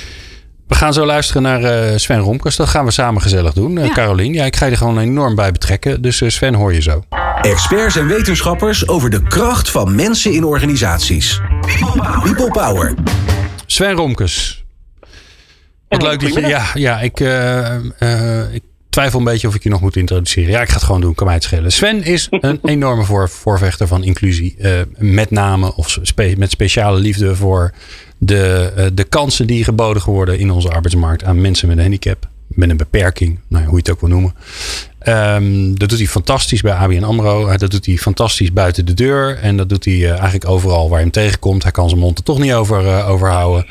Speaker 2: We gaan zo luisteren naar Sven Romkes. Dat gaan we samen gezellig doen. Carolien, ik ga je er gewoon enorm bij betrekken. Dus Sven hoor je zo.
Speaker 1: Experts en wetenschappers over de kracht van mensen in organisaties. People Power.
Speaker 2: Sven Romkes. Wat leuk dat je... Ik twijfel een beetje of ik je nog moet introduceren. Ja, ik ga het gewoon doen. Kan mij het schelen. Sven is een enorme voorvechter van inclusie. Met name of met speciale liefde voor de kansen die geboden worden in onze arbeidsmarkt aan mensen met een handicap. Met een beperking. Hoe je het ook wil noemen. Dat doet hij fantastisch bij ABN AMRO. Dat doet hij fantastisch buiten de deur. En dat doet hij eigenlijk overal waar hij hem tegenkomt. Hij kan zijn mond er toch niet over houden.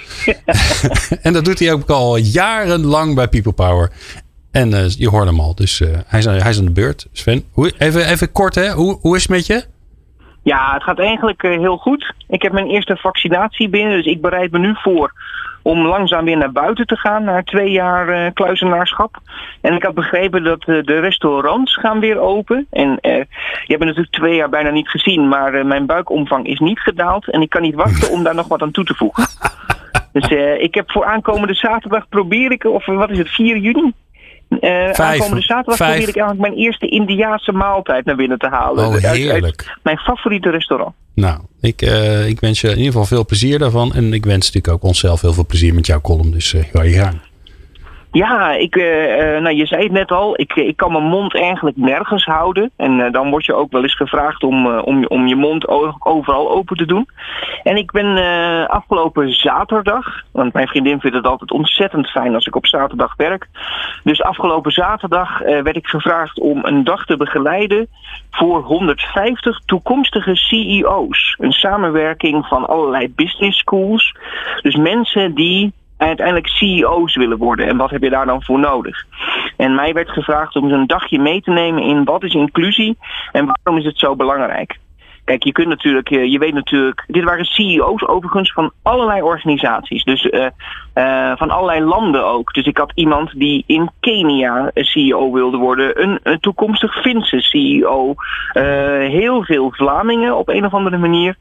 Speaker 2: En dat doet hij ook al jarenlang bij People Power. En je hoort hem al. Dus hij is aan de beurt. Sven, even kort, hè? Hoe is het met je?
Speaker 4: Ja, het gaat eigenlijk heel goed. Ik heb mijn eerste vaccinatie binnen. Dus ik bereid me nu voor om langzaam weer naar buiten te gaan. Na 2 jaar kluizenaarschap. En ik had begrepen dat de restaurants gaan weer open. En je hebt me natuurlijk 2 jaar bijna niet gezien. Maar mijn buikomvang is niet gedaald. En ik kan niet wachten om daar nog wat aan toe te voegen. Dus ik heb voor aankomende zaterdag 4 juni... Aankomende zaterdag probeer ik eigenlijk mijn eerste Indiaanse maaltijd naar binnen te halen.
Speaker 2: Oh, heerlijk.
Speaker 4: Uit mijn favoriete restaurant.
Speaker 2: Nou, ik wens je in ieder geval veel plezier daarvan. En ik wens natuurlijk ook onszelf heel veel plezier met jouw column. Dus ga je gang.
Speaker 4: Ja, je zei het net al, ik kan mijn mond eigenlijk nergens houden. En dan word je ook wel eens gevraagd om je mond overal open te doen. En ik ben afgelopen zaterdag, want mijn vriendin vindt het altijd ontzettend fijn als ik op zaterdag werk. Dus afgelopen zaterdag werd ik gevraagd om een dag te begeleiden voor 150 toekomstige CEO's. Een samenwerking van allerlei business schools. Dus mensen die uiteindelijk CEO's willen worden. En wat heb je daar dan voor nodig? En mij werd gevraagd om een dagje mee te nemen in wat is inclusie en waarom is het zo belangrijk. Kijk, je weet natuurlijk, dit waren CEO's overigens van allerlei organisaties. Dus van allerlei landen ook. Dus ik had iemand die in Kenia een CEO wilde worden. Een toekomstig Finse CEO. Heel veel Vlamingen op een of andere manier.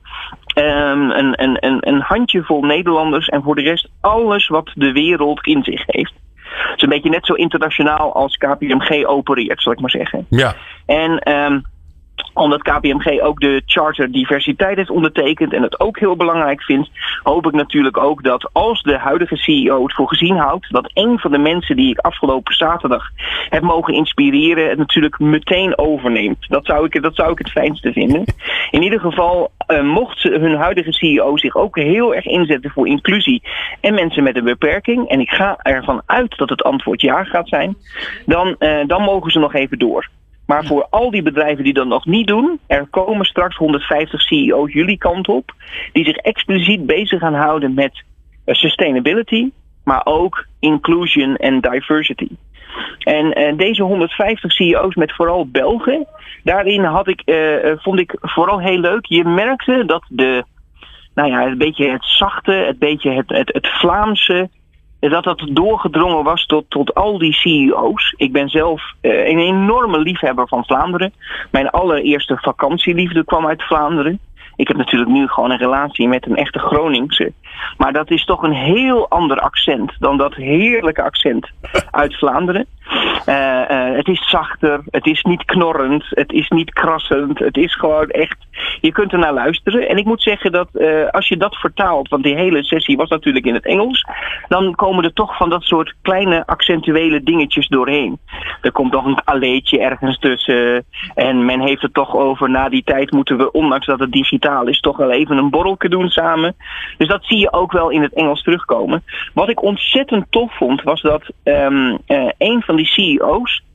Speaker 4: Een handjevol Nederlanders. En voor de rest alles wat de wereld in zich heeft. Het is een beetje net zo internationaal als KPMG opereert, zal ik maar zeggen. Ja. En omdat KPMG ook de Charter Diversiteit heeft ondertekend en het ook heel belangrijk vindt, hoop ik natuurlijk ook dat als de huidige CEO het voor gezien houdt, dat een van de mensen die ik afgelopen zaterdag heb mogen inspireren het natuurlijk meteen overneemt. Dat zou ik het fijnste vinden. In ieder geval, mocht hun huidige CEO zich ook heel erg inzetten voor inclusie en mensen met een beperking, en ik ga ervan uit dat het antwoord ja gaat zijn, dan mogen ze nog even door. Maar voor al die bedrijven die dat nog niet doen, er komen straks 150 CEO's jullie kant op, die zich expliciet bezig gaan houden met sustainability, maar ook inclusion en diversity. En deze 150 CEO's met vooral Belgen, daarin vond ik vooral heel leuk. Je merkte dat een beetje het zachte, een beetje het Vlaamse, dat doorgedrongen was tot al die CEO's. Ik ben zelf een enorme liefhebber van Vlaanderen. Mijn allereerste vakantieliefde kwam uit Vlaanderen. Ik heb natuurlijk nu gewoon een relatie met een echte Groningse. Maar dat is toch een heel ander accent dan dat heerlijke accent uit Vlaanderen. Het is zachter, het is niet knorrend, het is niet krassend. Het is gewoon echt, je kunt er naar luisteren. En ik moet zeggen dat als je dat vertaalt, want die hele sessie was natuurlijk in het Engels, dan komen er toch van dat soort kleine accentuele dingetjes doorheen. Er komt nog een alleetje ergens tussen. En men heeft het toch over, na die tijd moeten we, ondanks dat het digitaal is, toch wel even een borrelke doen samen. Dus dat zie je ook wel in het Engels terugkomen. Wat ik ontzettend tof vond, was dat een van die CEO's,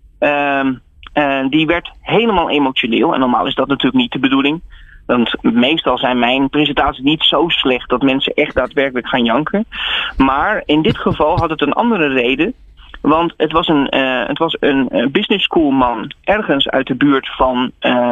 Speaker 4: die werd helemaal emotioneel. En normaal is dat natuurlijk niet de bedoeling. Want meestal zijn mijn presentaties niet zo slecht dat mensen echt daadwerkelijk gaan janken. Maar in dit geval had het een andere reden. Want het was een business school man ergens uit de buurt van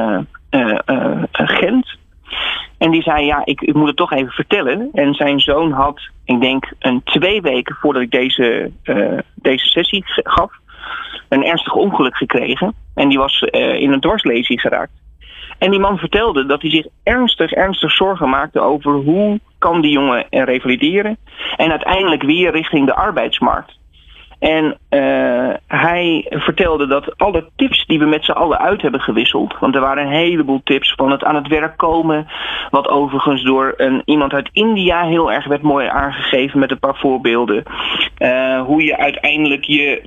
Speaker 4: Gent. En die zei, ja, ik moet het toch even vertellen. En zijn zoon had, ik denk 2 weken voordat ik deze sessie gaf, een ernstig ongeluk gekregen. En die was in een dwarslesie geraakt. En die man vertelde dat hij zich ernstig zorgen maakte over hoe kan die jongen revalideren. En uiteindelijk weer richting de arbeidsmarkt. En hij vertelde dat alle tips die we met z'n allen uit hebben gewisseld, want er waren een heleboel tips van het aan het werk komen, wat overigens door iemand uit India heel erg werd mooi aangegeven met een paar voorbeelden. Hoe je uiteindelijk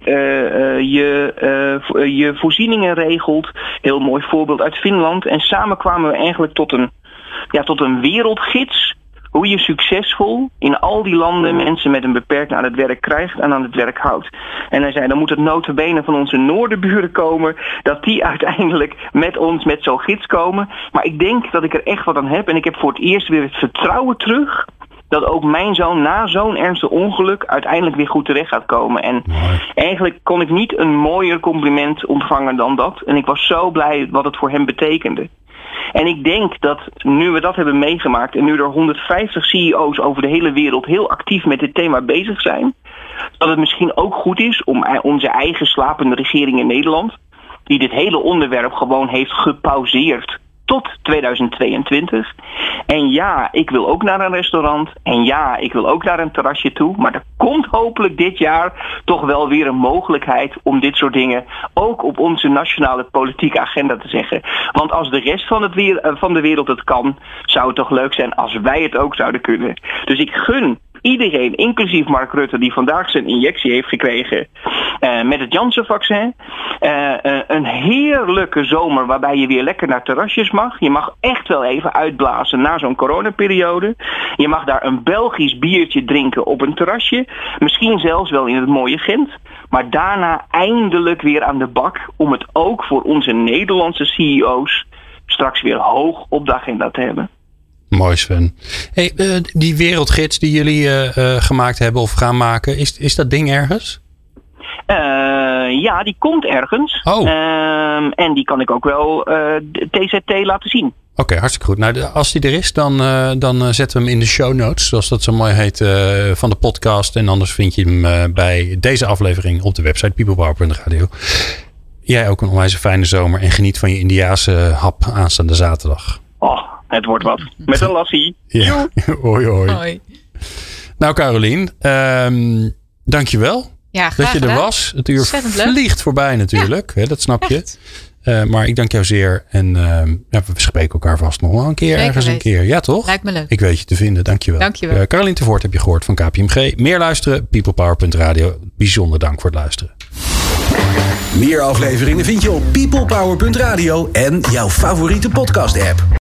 Speaker 4: je voorzieningen regelt. Heel mooi voorbeeld uit Finland. En samen kwamen we eigenlijk tot een wereldgids. Hoe je succesvol in al die landen mensen met een beperking aan het werk krijgt en aan het werk houdt. En hij zei, dan moet het nota bene van onze noorderburen komen, dat die uiteindelijk met ons met zo'n gids komen. Maar ik denk dat ik er echt wat aan heb en ik heb voor het eerst weer het vertrouwen terug dat ook mijn zoon na zo'n ernstig ongeluk uiteindelijk weer goed terecht gaat komen. En eigenlijk kon ik niet een mooier compliment ontvangen dan dat. En ik was zo blij wat het voor hem betekende. En ik denk dat nu we dat hebben meegemaakt en nu er 150 CEO's over de hele wereld heel actief met dit thema bezig zijn, dat het misschien ook goed is om onze eigen slapende regering in Nederland, die dit hele onderwerp gewoon heeft gepauzeerd tot 2022. En ja, ik wil ook naar een restaurant. En ja, ik wil ook naar een terrasje toe. Maar er komt hopelijk dit jaar toch wel weer een mogelijkheid om dit soort dingen ook op onze nationale politieke agenda te zeggen. Want als de rest van de wereld het kan, zou het toch leuk zijn als wij het ook zouden kunnen. Dus ik gun iedereen, inclusief Mark Rutte, die vandaag zijn injectie heeft gekregen met het Janssen-vaccin. Een heerlijke zomer waarbij je weer lekker naar terrasjes mag. Je mag echt wel even uitblazen na zo'n coronaperiode. Je mag daar een Belgisch biertje drinken op een terrasje. Misschien zelfs wel in het mooie Gent. Maar daarna eindelijk weer aan de bak om het ook voor onze Nederlandse CEO's straks weer hoog op de agenda te hebben.
Speaker 2: Mooi, Sven. Hey, die wereldgids die jullie gemaakt hebben of gaan maken, is dat ding ergens?
Speaker 4: Ja, die komt ergens.
Speaker 2: Oh.
Speaker 4: En die kan ik ook wel TZT laten zien.
Speaker 2: Oké, hartstikke goed. Nou, als die er is, dan zetten we hem in de show notes, zoals dat zo mooi heet, van de podcast. En anders vind je hem bij deze aflevering op de website peoplepower.radio. Jij ook een onwijs fijne zomer en geniet van je Indiase hap aanstaande zaterdag.
Speaker 4: Oh, het wordt wat. Met een lassie.
Speaker 2: Ja. Hoi, hoi. Hoi. Nou, Carolien, dankjewel.
Speaker 3: Ja,
Speaker 2: dat je er was. Het uur vliegt voorbij natuurlijk. Ja, dat snap je. Maar ik dank jou zeer. En we spreken elkaar vast nog wel een keer. Zeker ergens een keer. Ja, toch?
Speaker 3: Lijkt me leuk.
Speaker 2: Ik weet je te vinden. Dankjewel.
Speaker 3: Dankjewel.
Speaker 2: Carolien Tervoort heb je gehoord van KPMG. Meer luisteren. peoplepower.radio. Bijzonder dank voor het luisteren.
Speaker 1: Meer afleveringen vind je op peoplepower.radio en jouw favoriete podcast app.